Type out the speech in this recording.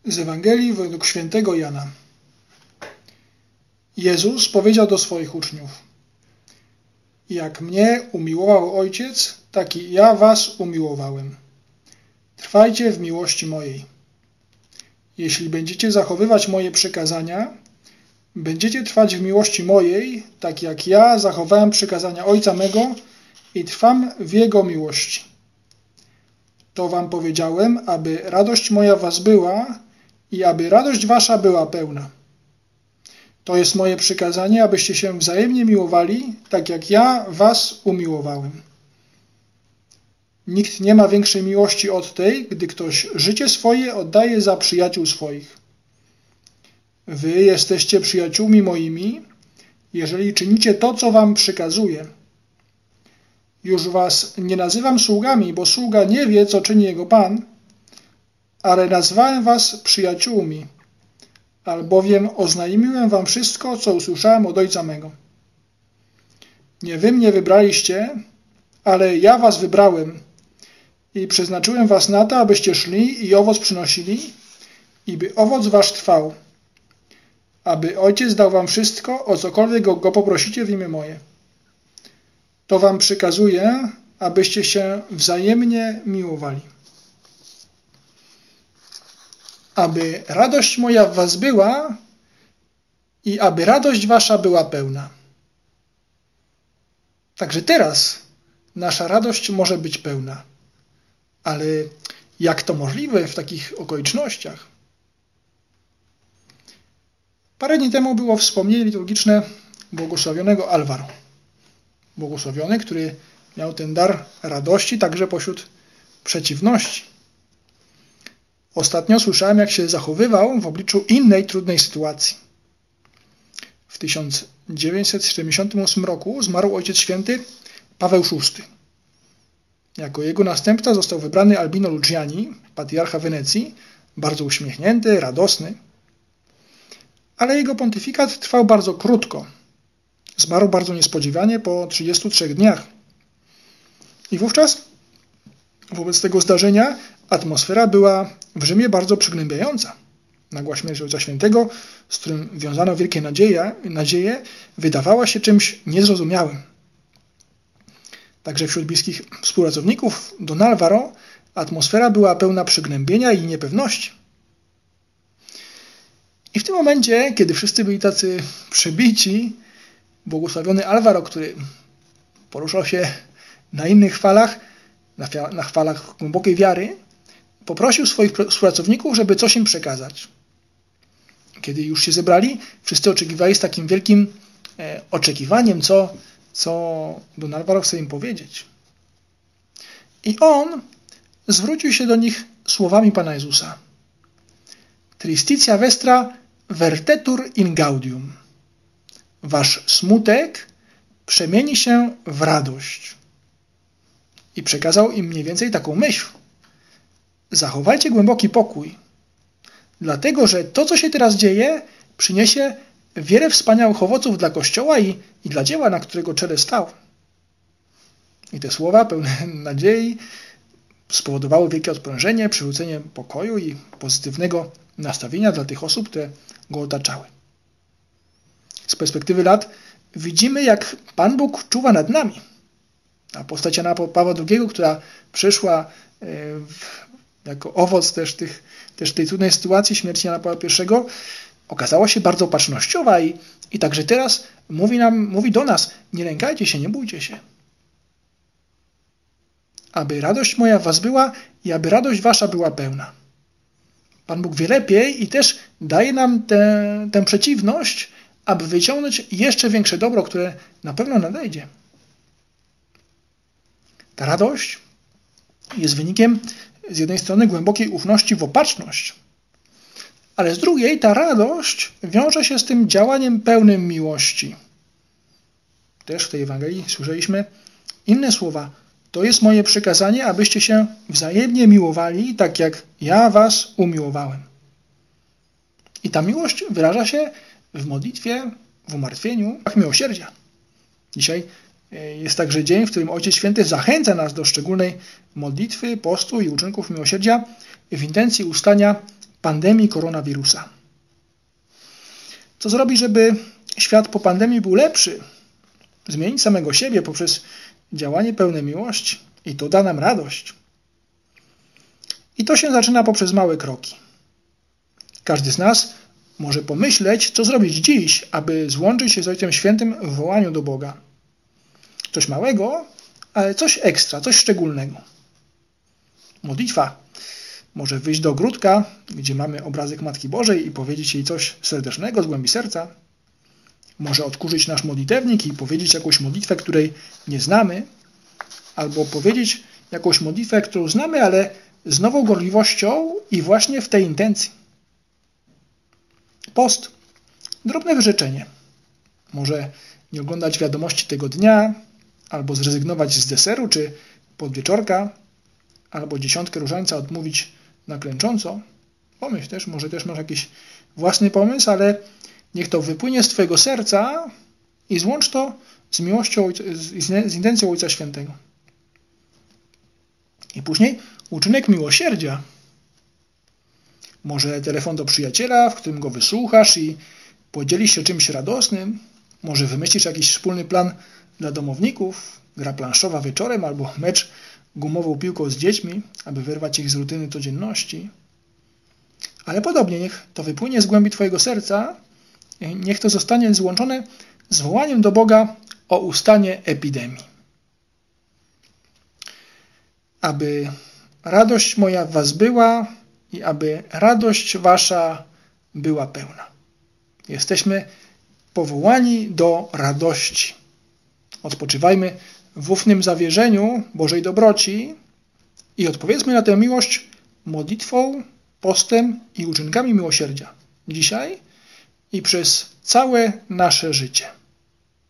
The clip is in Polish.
Z Ewangelii według świętego Jana. Jezus powiedział do swoich uczniów: Jak mnie umiłował Ojciec, tak i ja was umiłowałem. Trwajcie w miłości mojej. Jeśli będziecie zachowywać moje przykazania, będziecie trwać w miłości mojej, tak jak ja zachowałem przykazania Ojca mego i trwam w Jego miłości. To wam powiedziałem, aby radość moja w was była i aby radość wasza była pełna. To jest moje przykazanie, abyście się wzajemnie miłowali, tak jak ja was umiłowałem. Nikt nie ma większej miłości od tej, gdy ktoś życie swoje oddaje za przyjaciół swoich. Wy jesteście przyjaciółmi moimi, jeżeli czynicie to, co wam przykazuję. Już was nie nazywam sługami, bo sługa nie wie, co czyni jego Pan, ale nazwałem was przyjaciółmi, albowiem oznajmiłem wam wszystko, co usłyszałem od Ojca mego. Nie wy mnie wybraliście, ale ja was wybrałem i przeznaczyłem was na to, abyście szli i owoc przynosili, i by owoc wasz trwał, aby Ojciec dał wam wszystko, o cokolwiek go poprosicie w imię moje. To wam przykazuję, abyście się wzajemnie miłowali. Aby radość moja w was była i aby radość wasza była pełna. Także teraz nasza radość może być pełna. Ale jak to możliwe w takich okolicznościach? Parę dni temu było wspomnienie liturgiczne błogosławionego Alvaro. Błogosławiony, który miał ten dar radości także pośród przeciwności. Ostatnio słyszałem, jak się zachowywał w obliczu innej trudnej sytuacji. W 1978 roku zmarł Ojciec Święty Paweł VI. Jako jego następca został wybrany Albino Luciani, patriarcha Wenecji, bardzo uśmiechnięty, radosny. Ale jego pontyfikat trwał bardzo krótko. Zmarł bardzo niespodziewanie po 33 dniach. I wówczas, wobec tego zdarzenia, atmosfera była w Rzymie bardzo przygnębiająca. Nagła śmierć Ojca Świętego, z którym wiązano wielkie nadzieje, wydawała się czymś niezrozumiałym. Także wśród bliskich współpracowników Don Alvaro atmosfera była pełna przygnębienia i niepewności. I w tym momencie, kiedy wszyscy byli tacy przybici, błogosławiony Alvaro, który poruszał się na innych falach, na falach głębokiej wiary, poprosił swoich współpracowników, żeby coś im przekazać. Kiedy już się zebrali, wszyscy oczekiwali z takim wielkim oczekiwaniem, co Don Alvaro chce im powiedzieć. I on zwrócił się do nich słowami Pana Jezusa. Tristitia vestra vertetur in gaudium. Wasz smutek przemieni się w radość. I przekazał im mniej więcej taką myśl. Zachowajcie głęboki pokój, dlatego że to, co się teraz dzieje, przyniesie wiele wspaniałych owoców dla Kościoła i dla dzieła, na którego czele stał. I te słowa pełne nadziei spowodowały wielkie odprężenie, przywrócenie pokoju i pozytywnego nastawienia dla tych osób, które go otaczały. Z perspektywy lat widzimy, jak Pan Bóg czuwa nad nami. A postać Jana Pawła II, która przyszła jako owoc też tej trudnej sytuacji śmierci Jana Pawła I, okazała się bardzo opatrznościowa i także teraz mówi do nas: nie lękajcie się, nie bójcie się. Aby radość moja w was była i aby radość wasza była pełna. Pan Bóg wie lepiej i też daje nam tę przeciwność, aby wyciągnąć jeszcze większe dobro, które na pewno nadejdzie. Ta radość jest wynikiem z jednej strony głębokiej ufności w opatrzność, ale z drugiej ta radość wiąże się z tym działaniem pełnym miłości. Też w tej Ewangelii słyszeliśmy inne słowa. To jest moje przykazanie, abyście się wzajemnie miłowali, tak jak ja was umiłowałem. I ta miłość wyraża się w modlitwie, w umartwieniu, w miłosierdzia. Dzisiaj jest także dzień, w którym Ojciec Święty zachęca nas do szczególnej modlitwy, postu i uczynków miłosierdzia w intencji ustania pandemii koronawirusa. Co zrobić, żeby świat po pandemii był lepszy? Zmienić samego siebie poprzez działanie pełne miłości i to da nam radość. I to się zaczyna poprzez małe kroki. Każdy z nas może pomyśleć, co zrobić dziś, aby złączyć się z Ojcem Świętym w wołaniu do Boga. Coś małego, ale coś ekstra, coś szczególnego. Modlitwa. Może wyjść do ogródka, gdzie mamy obrazek Matki Bożej i powiedzieć jej coś serdecznego z głębi serca. Może odkurzyć nasz modlitewnik i powiedzieć jakąś modlitwę, której nie znamy, albo powiedzieć jakąś modlitwę, którą znamy, ale z nową gorliwością i właśnie w tej intencji. Post. Drobne wyrzeczenie. Może nie oglądać wiadomości tego dnia, albo zrezygnować z deseru czy podwieczorka, albo 10 różańca odmówić na klęcząco. Pomyśl też, może też masz jakiś własny pomysł, ale niech to wypłynie z Twojego serca i złącz to z miłością, z intencją Ojca Świętego. I później uczynek miłosierdzia. Może telefon do przyjaciela, w którym go wysłuchasz i podzielisz się czymś radosnym. Może wymyślisz jakiś wspólny plan dla domowników, gra planszowa wieczorem albo mecz gumową piłką z dziećmi, aby wyrwać ich z rutyny codzienności. Ale podobnie niech to wypłynie z głębi Twojego serca, niech to zostanie złączone z wołaniem do Boga o ustanie epidemii. Aby radość moja w was była i aby radość wasza była pełna. Jesteśmy powołani do radości. Odpoczywajmy w ufnym zawierzeniu Bożej dobroci i odpowiedzmy na tę miłość modlitwą, postem i uczynkami miłosierdzia. Dzisiaj i przez całe nasze życie.